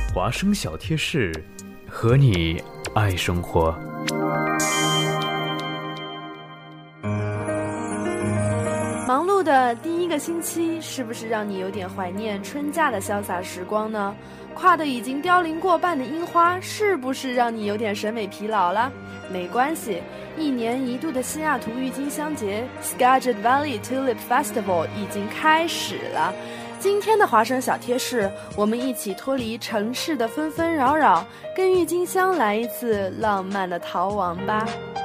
华生小贴士，和你爱生活。 忙碌的第一个星期，是不是让你有点怀念春假的潇洒时光呢？跨得已经凋零过半的樱花，是不是让你有点审美疲劳了？没关系，一年一度的西雅图郁金香节 Skagit Valley Tulip Festival 已经开始了。今天的华生小贴士，我们一起脱离城市的纷纷扰扰，跟郁金香来一次浪漫的逃亡吧。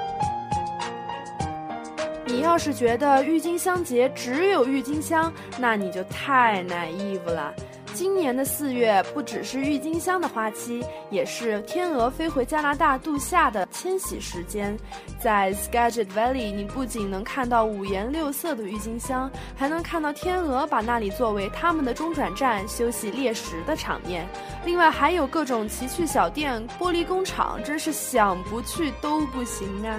你要是觉得郁金香节只有郁金香，那你就太naive了。今年的4月不只是郁金香的花期，也是天鹅飞回加拿大度夏的迁徙时间。在 Skagit Valley， 你不仅能看到五颜六色的郁金香，还能看到天鹅把那里作为他们的中转站休息猎食的场面。另外还有各种奇趣小店、玻璃工厂，真是想不去都不行啊。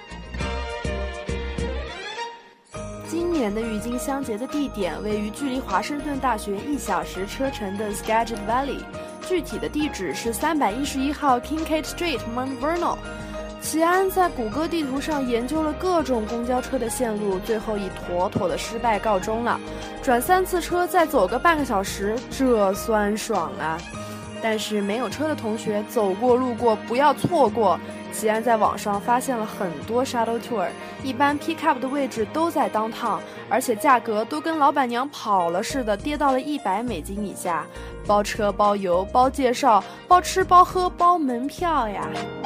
今年的郁金香节的地点位于距离华盛顿大学1小时车程的 Skagit Valley， 具体的地址是311号 Kincaid Street Mount Vernon。 齐安在谷歌地图上研究了各种公交车的线路，最后以妥妥的失败告终了。转3次车再走个半个小时，这酸爽啊！但是没有车的同学走过路过不要错过。齐安在网上发现了很多 shuttle tour， 一般 pick up 的位置都在 downtown， 而且价格都跟老板娘跑了似的，跌到了$100以下，包车包油包介绍包吃包喝包门票呀。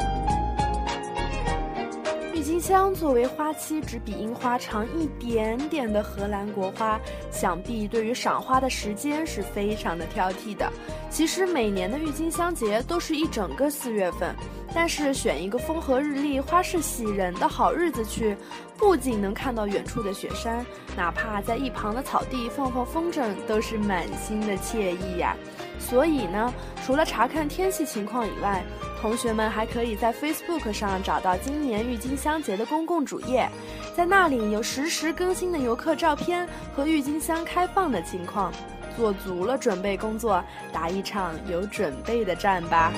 郁金香作为花期只比樱花长一点点的荷兰国花，想必对于赏花的时间是非常的挑剔的。其实每年的郁金香节都是一整个4月份，但是选一个风和日丽、花市喜人的好日子去，不仅能看到远处的雪山，哪怕在一旁的草地放放风筝，都是满心的惬意呀。所以呢，除了查看天气情况以外，同学们还可以在 Facebook 上找到今年郁金香节的公共主页，在那里有实时更新的游客照片和郁金香开放的情况。做足了准备工作，打一场有准备的战吧。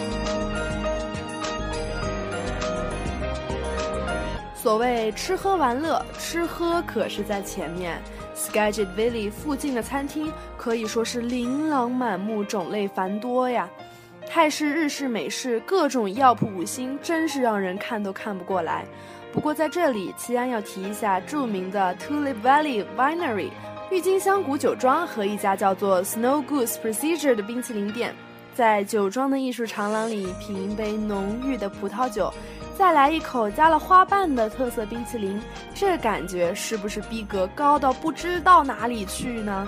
所谓吃喝玩乐，吃喝可是在前面。Skagit Valley 附近的餐厅可以说是琳琅满目，种类繁多呀。泰式、日式、美式，各种药铺5星，真是让人看都看不过来。不过在这里，齐安要提一下著名的 Tulip Valley Winery 郁金香谷酒庄和一家叫做 Snow Goose Procedure 的冰淇淋店。在酒庄的艺术长廊里，品一杯浓郁的葡萄酒，再来一口加了花瓣的特色冰淇淋，这感觉是不是逼格高到不知道哪里去呢？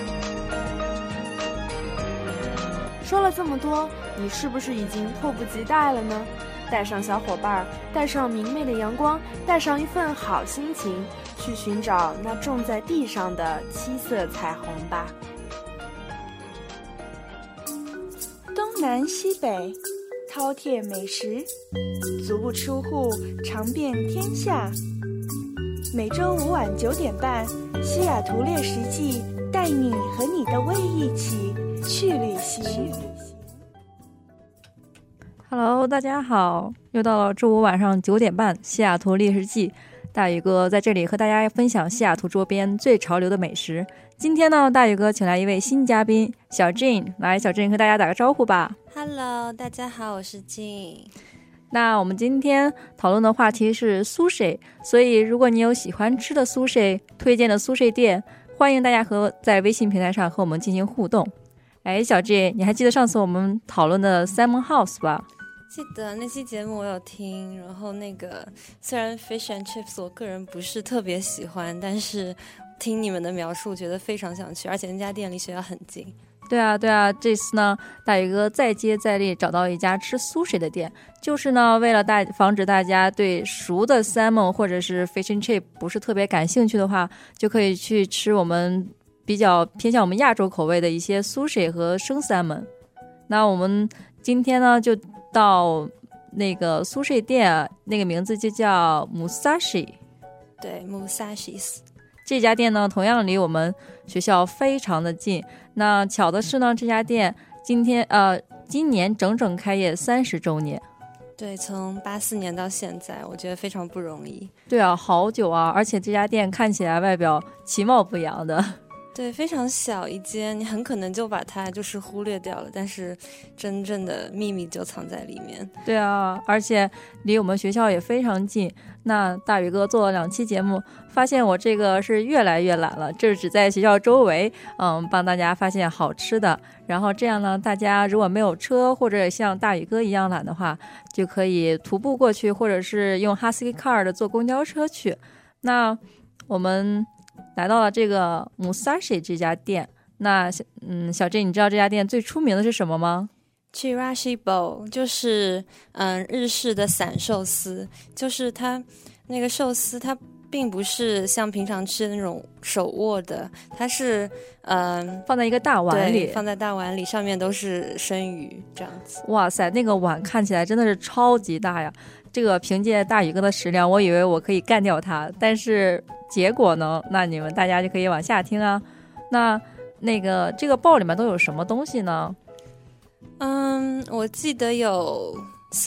说了这么多，你是不是已经迫不及待了呢？带上小伙伴，带上明媚的阳光，带上一份好心情，去寻找那种在地上的7色彩虹吧。 东南西北，饕餮美食，足不出户，尝遍天下。每周5晚9点半，西雅图猎食记带你和你的胃一起去旅行。 Hello， 大家好，又到了周5晚上9点半，西雅图猎食记，大宇哥在这里和大家分享西雅图周边最潮流的美食。今天呢，大宇哥请来一位新嘉宾小 Jane， 来，小 Jane 和大家打个招呼吧。 Hello， 大家好，我是 Jane。 那我们今天讨论的话题是 sushi， 所以如果你有喜欢吃的 sushi， 推荐的 sushi 店，欢迎大家在微信平台上和我们进行互动。哎，小 J， 你还记得上次我们讨论的 Salmon House 吧？ 记得那期节目我有听，然后那个虽然 Fish and Chips 我个人不是特别喜欢，但是听你们的描述觉得非常想去，而且那家店离学校很近。 对啊，这次呢，大宇哥再接再厉找到一家吃 sushi 的店，就是呢，为了防止大家对熟的 salmon 或者是 fish and chip 不是特别感兴趣的话，就可以去吃我们比较偏向我们亚洲口味的一些 sushi 和生 salmon。那我们今天呢，就到那个 sushi 店，那个名字就叫 Musashi。 对 ，Musashis。 这家店呢，同样离我们学校非常的近。那巧的是呢，这家店今天今年整整开业30周年。 对，从84年到现在，我觉得非常不容易。 对啊，好久啊，而且这家店看起来外表其貌不扬的。 对，非常小一间，你很可能就把它就是忽略掉了，但是真正的秘密就藏在里面。 对啊，而且离我们学校也非常近。那大宇哥做了2期节目，发现我这个是越来越懒了，就是只在学校周围帮大家发现好吃的。然后这样呢，大家如果没有车或者像大宇哥一样懒的话，就可以徒步过去，或者是用 Husky Car 坐公交车去。那我们来到了这个 Musashi 这家店。那小 J 你知道这家店最出名的是什么吗 ？Chirashi Bowl 就是日式的散寿司，就是它那个寿司它并不是像平常吃的那种手握的，它是放在一个大碗里， 放在大碗里，上面都是生鱼这样子。 哇塞，那个碗看起来真的是超级大呀！这个凭借大宇哥的食量，我以为我可以干掉它，但是结果呢？那你们大家就可以往下听啊。那个这个包里面都有什么东西呢？ 我记得有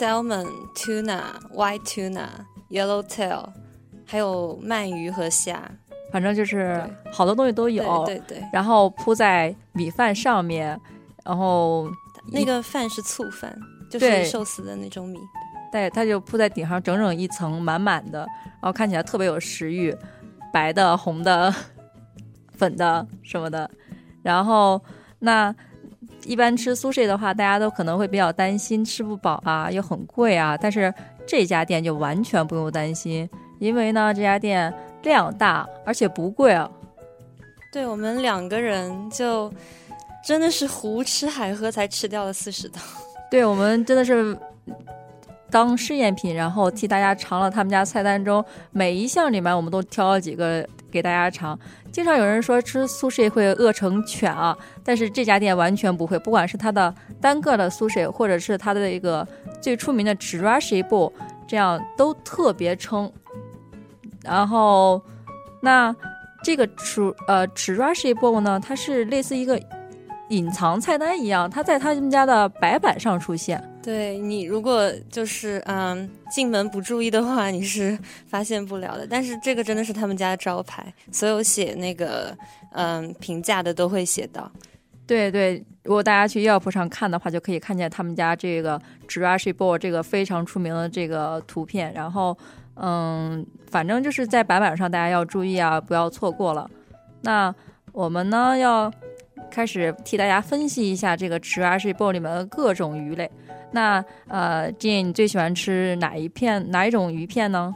salmon、tuna、white tuna、yellowtail， 还有鳗鱼和虾， 反正就是好多东西都有。 对。 然后铺在米饭上面，然后那个饭是醋饭，就是寿司的那种米。 对，它就铺在顶上，整整一层满满的，然后看起来特别有食欲，白的、红的、粉的什么的。然后那一般吃sushi的话，大家都可能会比较担心吃不饱啊，又很贵啊。但是这家店就完全不用担心，因为呢这家店量大，而且不贵啊。 对，我们2个人就真的是胡吃海喝才吃掉了40刀。 对，我们真的是当试验品，然后替大家尝了他们家菜单中每一项里面，我们都挑了几个给大家尝。经常有人说吃sushi会饿成犬啊，但是这家店完全不会，不管是它的单个的sushi，或者是它的一个最出名的 Chirashi Bowl， 这样都特别撑。然后那这个Chirashi Bowl 呢，它是类似一个隐藏菜单一样，它在他们家的白板上出现。 对，你如果就是进门不注意的话，你是发现不了的。但是这个真的是他们家的招牌，所有写那个评价的都会写到。 对对，如果大家去 Yelp 上看的话，就可以看见他们家这个 Chirashi Bowl 这个非常出名的这个图片。然后反正就是在白板上大家要注意啊，不要错过了。那我们呢要开始替大家分析一下这个 Chirashi Bowl 里面的各种鱼类。那Jane 你最喜欢吃哪一种鱼片呢？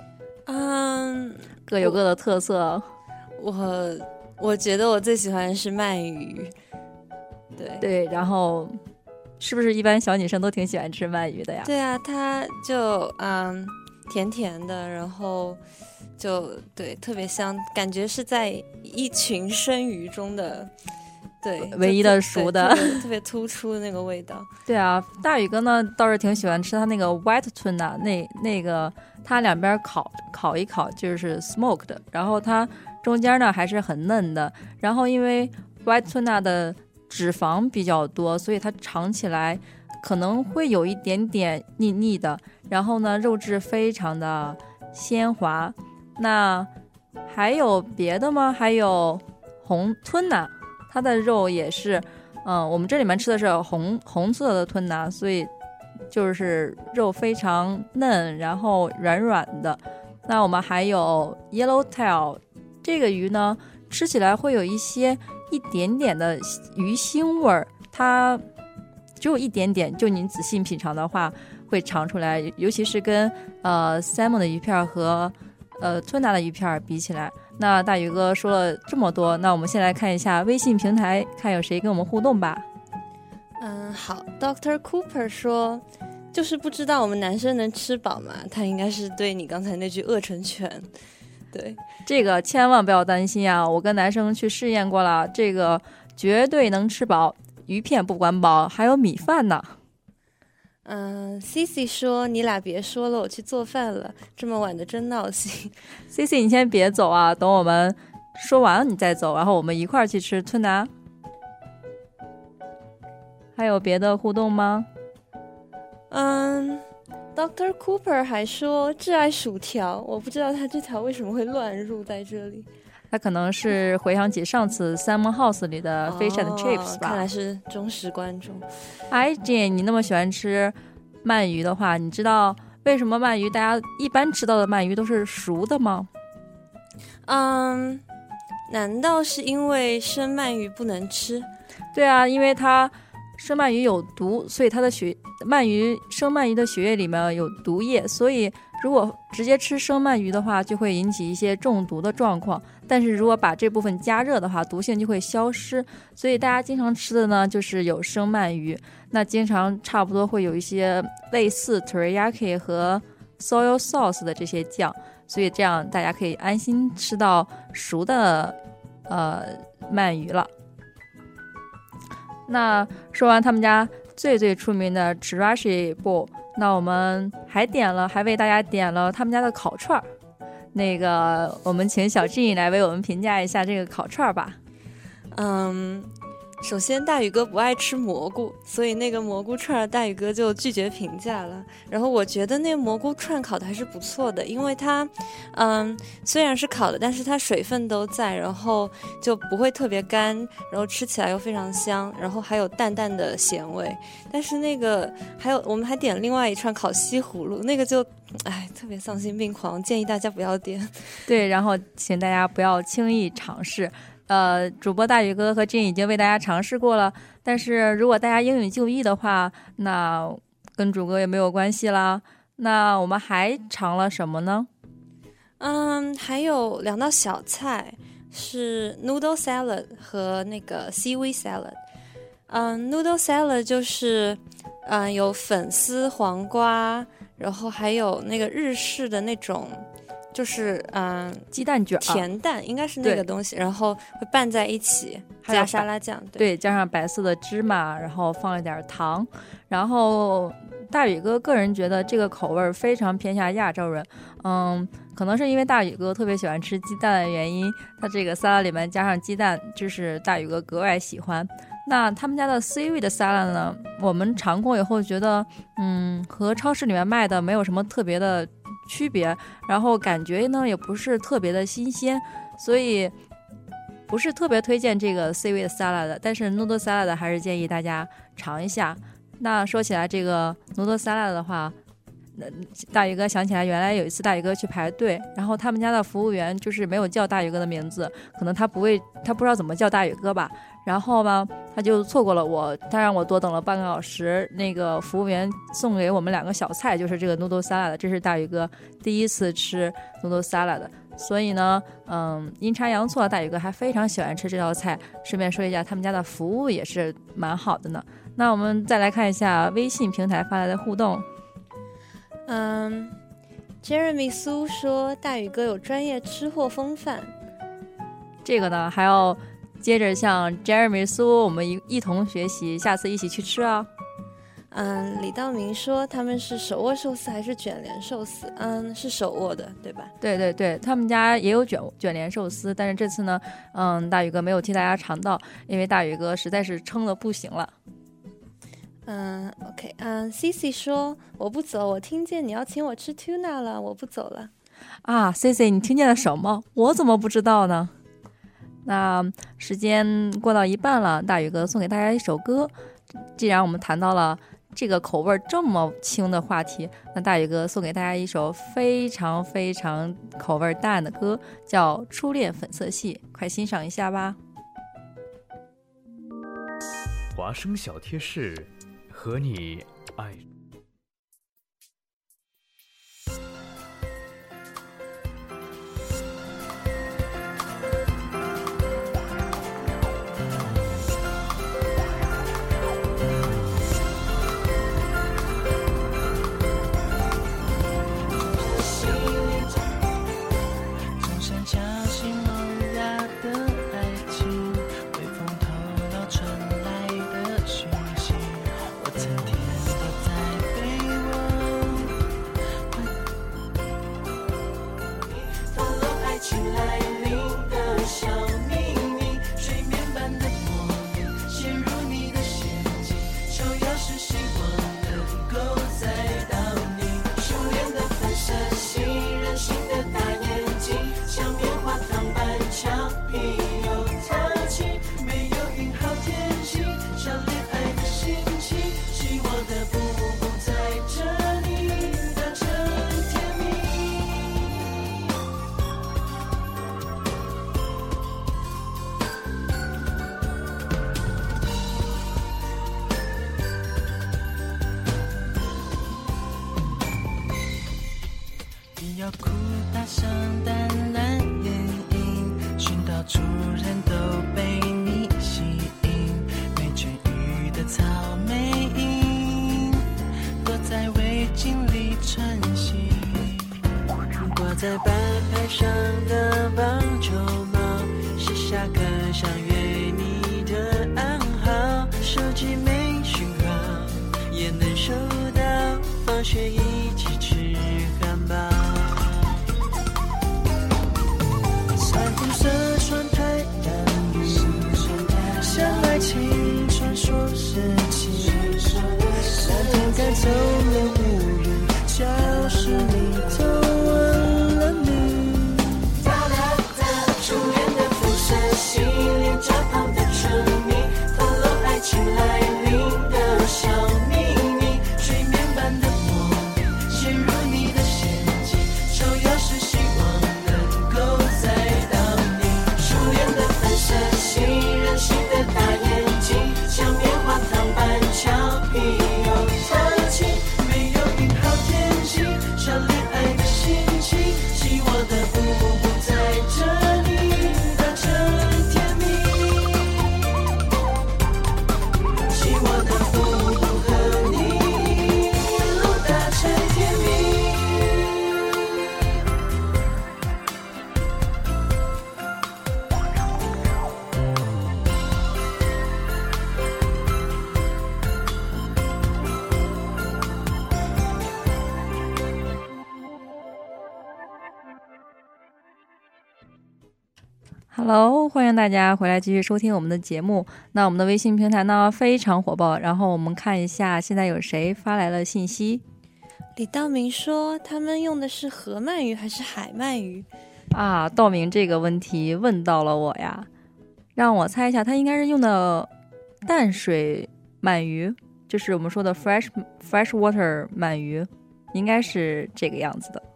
各有各的特色。 我觉得我最喜欢的是鳗鱼。 对，然后是不是一般小女生都挺喜欢吃鳗鱼的呀？ 对啊，它就甜甜的，然后就对特别香，感觉是在一群生鱼中的对唯一的熟的， 特别突出的那个味道。 对啊，大宇哥呢倒是挺喜欢吃它那个 white tuna， 那个它两边烤一烤就是 smoked， 然后它中间呢还是很嫩的。然后因为 white tuna 的脂肪比较多，所以它尝起来可能会有一点点腻腻的。然后呢，肉质非常的鲜滑。那还有别的吗？还有红tuna。它的肉也是，我们这里面吃的是红色的吞拿，所以就是肉非常嫩，然后软软的。那我们还有 yellowtail， 这个鱼呢，吃起来会有一点点的鱼腥味儿，它只有一点点，就你仔细品尝的话会尝出来，尤其是跟salmon 的鱼片和吞拿的鱼片比起来。那大宇哥说了这么多，那我们先来看一下微信平台，看有谁跟我们互动吧。 好 Dr. Cooper 说，就是不知道我们男生能吃饱吗？他应该是对你刚才那句饿成犬。对， 这个千万不要担心啊，我跟男生去试验过了，这个绝对能吃饱，鱼片不管饱，还有米饭呢。 Cici 说，你俩别说了，我去做饭了，这么晚的真闹心。 Cici 你先别走啊，等我们说完你再走，然后我们一块儿去吃吞拿。 还有别的互动吗 ？Dr. Cooper 还说挚爱薯条，我不知道他这条为什么会乱入在这里。 他可能是回想起上次 Salmon House 里的 Fish and Chips 吧。 看来是忠实观众。 Jane， 你那么喜欢吃鳗鱼的话，你知道为什么鳗鱼大家一般吃到的鳗鱼都是熟的吗？ 难道是因为生鳗鱼不能吃？ 对啊，因为它生鳗鱼有毒，所以它的生鳗鱼的血液里面有毒液，所以如果直接吃生鳗鱼的话，就会引起一些中毒的状况。但是如果把这部分加热的话，毒性就会消失。所以大家经常吃的呢，就是有生鳗鱼。那经常差不多会有一些类似 teriyaki 和 soy sauce 的这些酱，所以这样大家可以安心吃到熟的鳗鱼了。那说完他们家最出名的 Chirashi Bowl， 那我们还为大家点了他们家的烤串。那个我们请小静来为我们评价一下这个烤串吧。 首先大宇哥不爱吃蘑菇，所以那个蘑菇串大宇哥就拒绝评价了。然后我觉得那个蘑菇串烤的还是不错的，因为它虽然是烤的，但是它水分都在，然后就不会特别干，然后吃起来又非常香，然后还有淡淡的咸味。但是那个我们还点了另外一串烤西葫芦，那个就特别丧心病狂，建议大家不要点。 对，然后请大家不要轻易尝试。主播大宇哥和Jane已经为大家尝试过了，但是如果大家英语就义的话，那跟主播也没有关系啦。那我们还尝了什么呢？ 还有2道小菜是 noodle salad 和那个 seaweed salad。noodle salad 就是有粉丝、黄瓜，然后还有那个日式的那种。就是鸡蛋卷， 甜蛋应该是那个东西，然后会拌在一起，加沙拉酱， 对，加上白色的芝麻，然后放一点糖。然后大宇哥个人觉得这个口味非常偏向亚洲人，可能是因为大宇哥特别喜欢吃鸡蛋的原因，他这个沙拉里面加上鸡蛋，就是大宇哥格外喜欢。那他们家的 seaweed salad 呢，我们尝过以后觉得，和超市里面卖的没有什么特别的区别，然后感觉呢也不是特别的新鲜，所以不是特别推荐这个 seaweed salad 的。但是 noodle salad 还是建议大家尝一下。那说起来这个 noodle salad 的话，大宇哥想起来原来有一次大宇哥去排队，然后他们家的服务员就是没有叫大宇哥的名字，可能他不知道怎么叫大宇哥吧，然后呢他就错过了我，他让我多等了半个小时。那个服务员送给我们2个小菜，就是这个 noodle salad， 这是大宇哥第一次吃 noodle salad， 所以呢阴差阳错大宇哥还非常喜欢吃这道菜。顺便说一下，他们家的服务也是蛮好的呢。那我们再来看一下微信平台发来的互动。 Jeremy 苏说大宇哥有专业吃货风范， 这个呢还要接着向 Jeremy 苏我们一同学习，下次一起去吃啊。 李道明说他们是手握寿司还是卷帘寿司？是手握的，对吧？ 对对对，他们家也有卷帘寿司，但是这次呢，大宇哥没有替大家尝到，因为大宇哥实在是撑得不行了。 OK， Cici 说我不走，我听见你要请我吃 tuna 了，我不走了。 啊 ，Cici， 你听见了什么？我怎么不知道呢？那时间过到一半了，大宇哥送给大家一首歌。既然我们谈到了这个口味这么轻的话题，那大宇哥送给大家一首非常非常口味淡的歌，叫《初恋粉色系》，快欣赏一下吧。 华生小贴士，和你爱。 我曾甜的在在半拍上的棒球帽，是下课想约你的暗号，手机没讯号，也能收到放学一起吃汉堡。彩虹色穿太阳雨，像爱情传说时期，那天赶走了无人，教室里头吻了你。初恋的辐射系，脸颊旁的唇蜜，透露爱情来临的小秘密，睡眠般的魔力，陷入你的陷阱，抽钥匙希望能够载到你。初恋的反射系，任性的大眼睛，像棉花糖般俏皮又淘气，没有银行天气，像恋爱的心情，希望的步步在这里达成甜蜜，希望的步步和你一路达成甜蜜。 Hello， 欢迎大家回来继续收听我们的节目。那我们的微信平台呢非常火爆，然后我们看一下现在有谁发来了信息李道明说他们用的是河鳗鱼还是海鳗鱼？ 啊。道明这个问题问到了我呀，让我猜一下，他应该是用的淡水鳗鱼，就是我们说的 fresh water 鳗鱼，应该是这个样子的。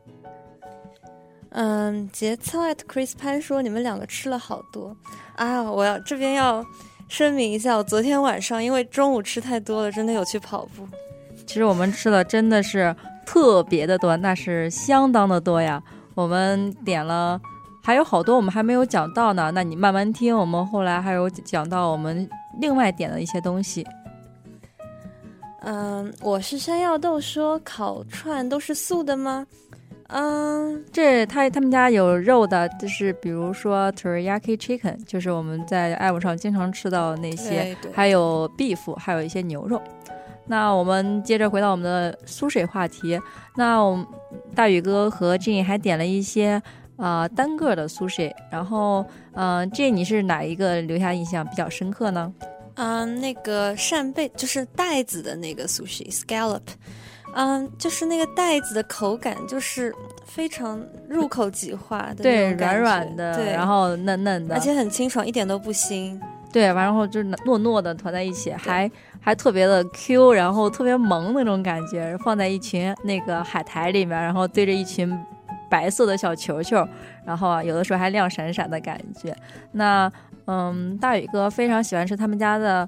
节操 at Chris 潘说你们两个吃了好多啊！我这边要声明一下，我昨天晚上因为中午吃太多了，真的有去跑步。 其实我们吃的真的是特别的多，那是相当的多呀。我们点了还有好多我们还没有讲到呢，那你慢慢听，我们后来还有讲到我们另外点的一些东西。 我是山药豆说烤串都是素的吗？ 这他们家有肉的，就是比如说 teriyaki chicken， 就是我们在爱午上经常吃到那些，还有 beef， 还有一些牛肉。那我们接着回到我们的苏水话题，那我们大宇哥和 Jane 还点了一些单个的苏水，然后Jane 你是哪一个留下印象比较深刻呢？ 那个扇贝就是带子的那个 sushi scallop，就是那个带子的口感就是非常入口即化的， 对，软软的，对，然后嫩嫩的， 而且很清爽，一点都不腥。 对，然后就是糯糯的团在一起，还特别的 Q， 然后特别萌那种感觉，放在一群那个海苔里面，然后对着一群白色的小球球，然后有的时候还亮闪闪的感觉。那大宇哥非常喜欢吃他们家的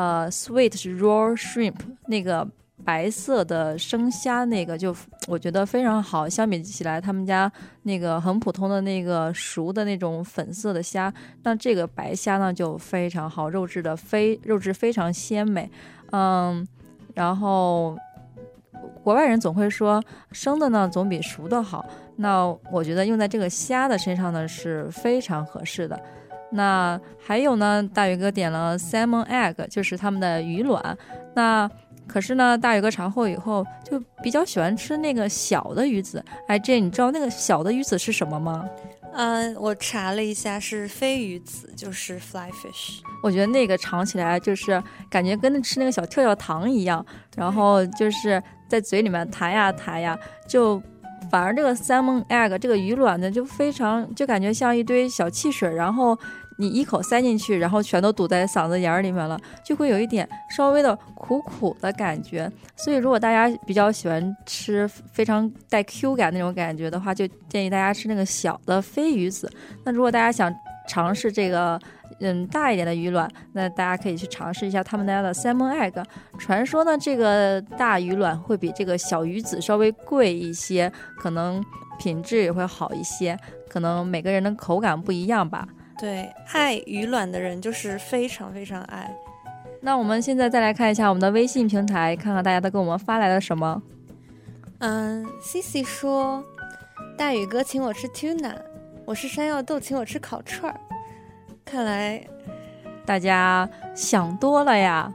sweet raw shrimp， 那个白色的生虾，那个就我觉得非常好，相比起来他们家那个很普通的那个熟的那种粉色的虾，那这个白虾呢就非常好，肉质非常鲜美。然后国外人总会说生的呢总比熟的好，那我觉得用在这个虾的身上呢是非常合适的。那还有呢，大宇哥点了 salmon egg， 就是他们的鱼卵。那可是呢，大宇哥尝后以后就比较喜欢吃那个小的鱼子。哎，这你知道那个小的鱼子是什么吗？ 我查了一下，是飞鱼子，就是 fly fish。 我觉得那个尝起来就是感觉跟吃那个小跳跳糖一样，然后就是在嘴里面弹呀弹呀，就反而这个 salmon egg 这个鱼卵呢，就非常就感觉像一堆小汽水，然后你一口塞进去，然后全都堵在嗓子眼里面了，就会有一点稍微的苦苦的感觉。所以如果大家比较喜欢吃非常带 Q 感那种感觉的话，就建议大家吃那个小的飞鱼子。那如果大家想尝试这个大一点的鱼卵，那大家可以去尝试一下他们家的 salmon egg。 传说呢这个大鱼卵会比这个小鱼子稍微贵一些，可能品质也会好一些，可能每个人的口感不一样吧。 对，爱鱼卵的人就是非常非常爱。 那我们现在再来看一下我们的微信平台，看看大家都给我们发来了什么。 Cici 说大宇哥请我吃 tuna， 我是山药豆请我吃烤串儿。看来大家想多了呀。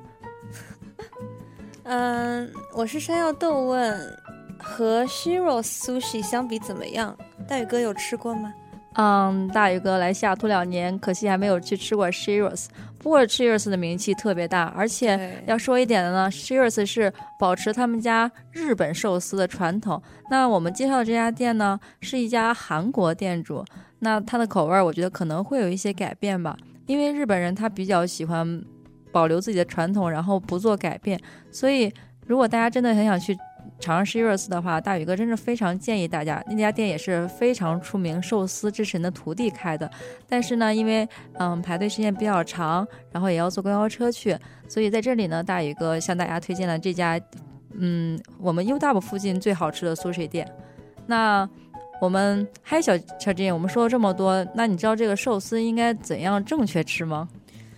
我是山药豆问，和 Shiros Sushi 相比怎么样？大宇哥有吃过吗？ 大宇哥来西雅图2年，可惜还没有去吃过 Shiros。不过 Shiros 的名气特别大，而且要说一点的呢 ，Shiros 是保持他们家日本寿司的传统。那我们介绍的这家店呢，是一家韩国店主，那它的口味我觉得可能会有一些改变吧，因为日本人他比较喜欢保留自己的传统，然后不做改变。所以如果大家真的很想去尝试 Shiros 的话，大宇哥真是非常建议大家。那家店也是非常出名，寿司之神的徒弟开的。但是呢，因为排队时间比较长，然后也要坐公交车去，所以在这里呢，大宇哥向大家推荐了这家我们 UW 附近最好吃的苏水店。那我们嗨小金，我们说了这么多，那你知道这个寿司应该怎样正确吃吗？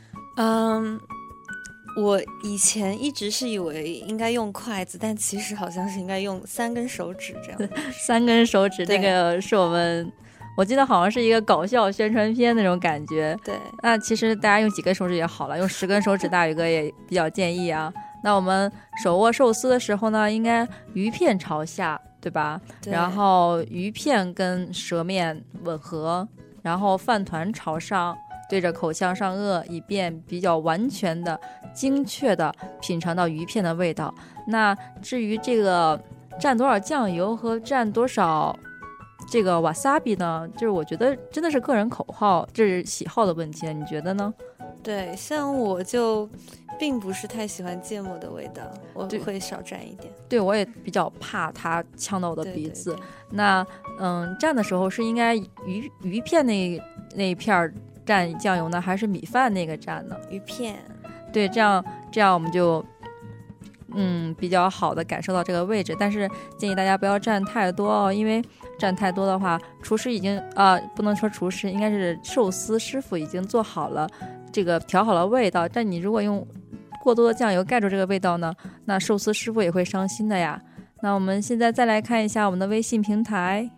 我以前一直是以为应该用筷子，但其实好像是应该用3根手指这样。 3根手指，那个是我记得好像是一个搞笑宣传片那种感觉。 对， 那其实大家用几根手指也好了，用10根手指大宇哥也比较建议啊。那我们手握寿司的时候呢，应该鱼片朝下，对吧？ 对， 然后鱼片跟舌面吻合，然后饭团朝上，对着口腔上颚，以便比较完全的精确的品尝到鱼片的味道。那至于这个蘸多少酱油和蘸多少这个瓦萨比呢，就是我觉得真的是个人口号，这是喜好的问题，你觉得呢？ 对，像我就并不是太喜欢芥末的味道，我会少蘸一点。 对，我也比较怕它呛到我的鼻子。 对对对，那蘸的时候是应该鱼片那一片蘸酱油呢，还是米饭那个蘸呢？ 鱼片。 对，这样我们就比较好的感受到这个位置。但是建议大家不要蘸太多哦，因为蘸太多的话，厨师已经不能说厨师，应该是寿司师傅已经做好了这个调好了味道，但你如果用过多的酱油盖住这个味道呢，那寿司师傅也会伤心的呀。那我们现在再来看一下我们的微信平台，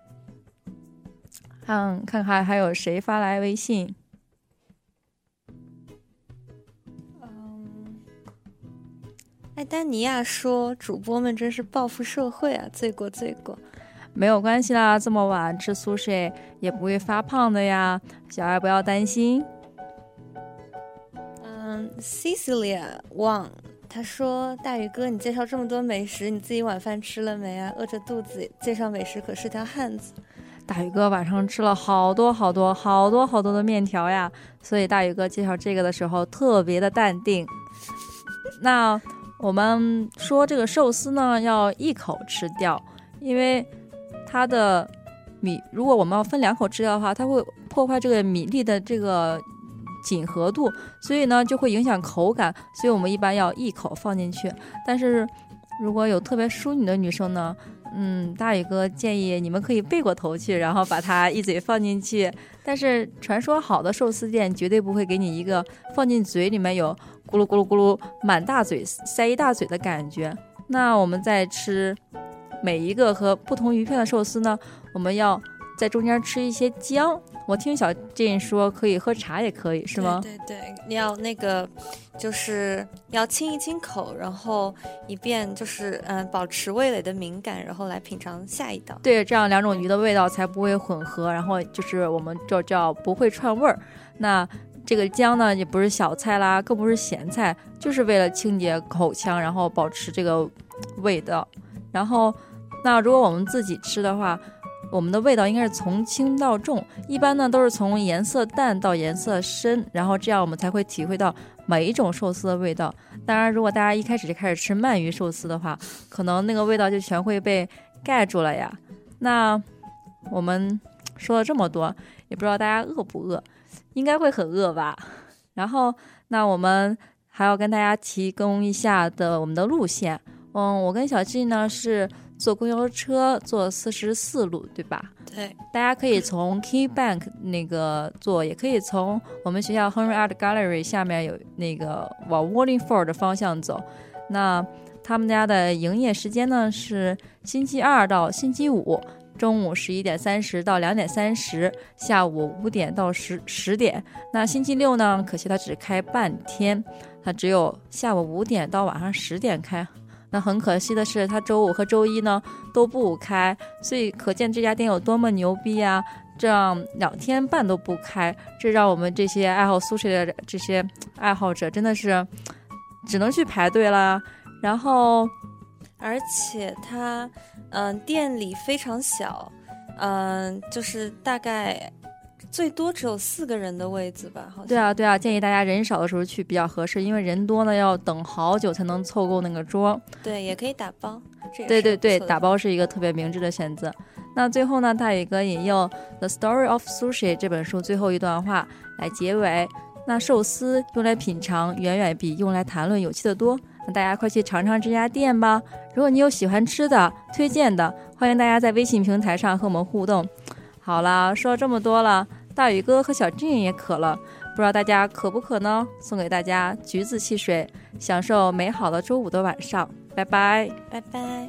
看看还有谁发来微信。 艾丹尼亚说主播们真是报复社会啊，罪过罪过。 没有关系啦，这么晚吃苏水也不会发胖的呀，小爱不要担心。 Cecilia Wang 他说，大宇哥你介绍这么多美食，你自己晚饭吃了没啊？饿着肚子介绍美食可是条汉子。 大宇哥晚上吃了好多的面条呀，所以大宇哥介绍这个的时候特别的淡定。那我们说这个寿司呢要一口吃掉，因为它的米，如果我们要分2口吃掉的话，它会破坏这个米粒的这个紧合度，所以呢就会影响口感，所以我们一般要一口放进去。但是如果有特别淑女的女生呢，大宇哥建议你们可以背过头去，然后把它一嘴放进去。但是传说好的寿司店绝对不会给你一个放进嘴里面有咕噜咕噜咕噜满大嘴塞一大嘴的感觉。那我们在吃每一个和不同鱼片的寿司呢，我们要在中间吃一些姜。我听小静说可以喝茶也可以，是吗？ 对对对，你要那个就是要清一清口，然后以便就是保持味蕾的敏感，然后来品尝下一道。 对，这样2种鱼的味道才不会混合，然后就是我们就叫不会串味儿。那这个姜呢也不是小菜啦，更不是咸菜，就是为了清洁口腔，然后保持这个味道。然后那如果我们自己吃的话，我们的味道应该是从轻到重，一般呢都是从颜色淡到颜色深，然后这样我们才会体会到每一种寿司的味道。当然如果大家一开始就开始吃鳗鱼寿司的话，可能那个味道就全会被盖住了呀。那我们说了这么多，也不知道大家饿不饿，应该会很饿吧。然后那我们还要跟大家提供一下我们的路线。我跟小静呢是坐公交车坐44路，对吧？ 对， 大家可以从 Key Bank 那个坐，也可以从我们学校 Henry Art Gallery 下面有那个往 Wallingford 的方向走。那他们家的营业时间呢是星期2到星期5， 中午11点30到2点30，下午5点到10点。那星期六呢，可惜它只开半天，它只有下午5点到晚上10点开。那很可惜的是，它周五和周一呢都不开，所以可见这家店有多么牛逼啊！这样2天半都不开，这让我们这些爱好sushi的这些爱好者真的是只能去排队啦。然后， 而且它店里非常小，就是大概最多只有4个人的位子吧，好像。 对啊，建议大家人少的时候去比较合适，因为人多呢要等好久才能凑够那个桌。 对，也可以打包。 对，打包是一个特别明智的选择。那最后呢，大宇哥引用《The Story of Sushi》这本书最后一段话来结尾。那寿司用来品尝远远比用来谈论有趣的多。那大家快去尝尝这家店吧。如果你有喜欢吃的推荐的，欢迎大家在微信平台上和我们互动。好了，说了这么多了，大宇哥和小俊也渴了，不知道大家渴不渴呢？送给大家橘子汽水，享受美好的周五的晚上。拜拜， 拜拜。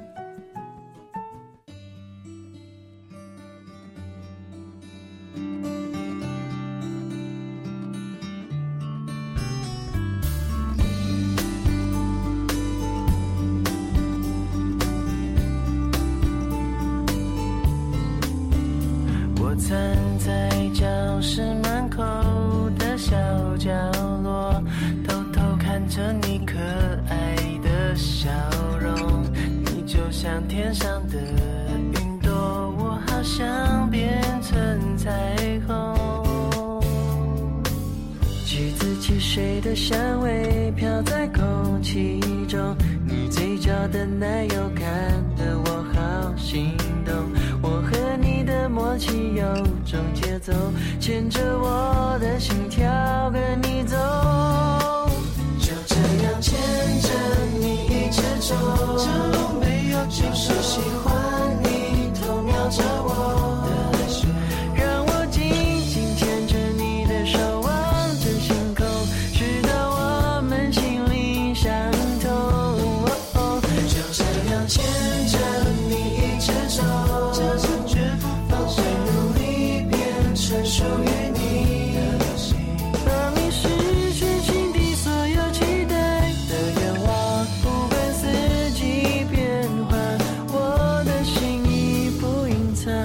我站在教室门口的小角落，偷偷看着你可爱的笑容。你就像天上的云朵，我好想变成彩虹。橘子汽水的香味飘在空气中，你嘴角的奶油看得我好心动。我和你的默契有种节奏，牵着我的心跳跟你走，就这样牵着你一直走，就没有就是喜欢你偷瞄着我的手，让我紧紧牵着你的手望着星空，直到我们心灵相通，就这样牵着你一直走，属于你的心，让你实现心底所有期待的愿望，不管四季变换，我的心意不隐藏。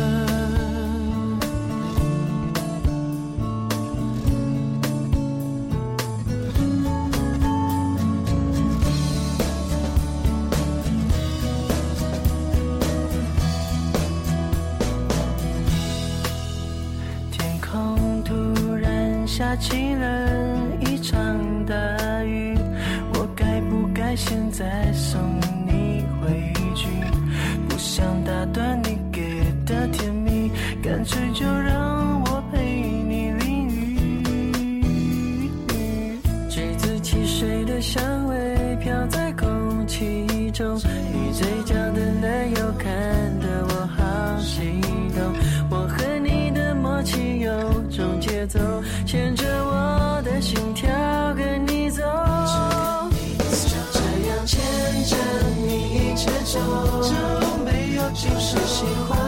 下起了一场大雨，我该不该现在送你回去？不想打断你给的甜蜜，干脆就让我陪你淋雨。橘子汽水的香味飘在空气中，你嘴角的奶油看得我好心动。我和你的默契有种节奏，牵着我的心跳跟你走，就这样牵着你一直走，就没有就是喜欢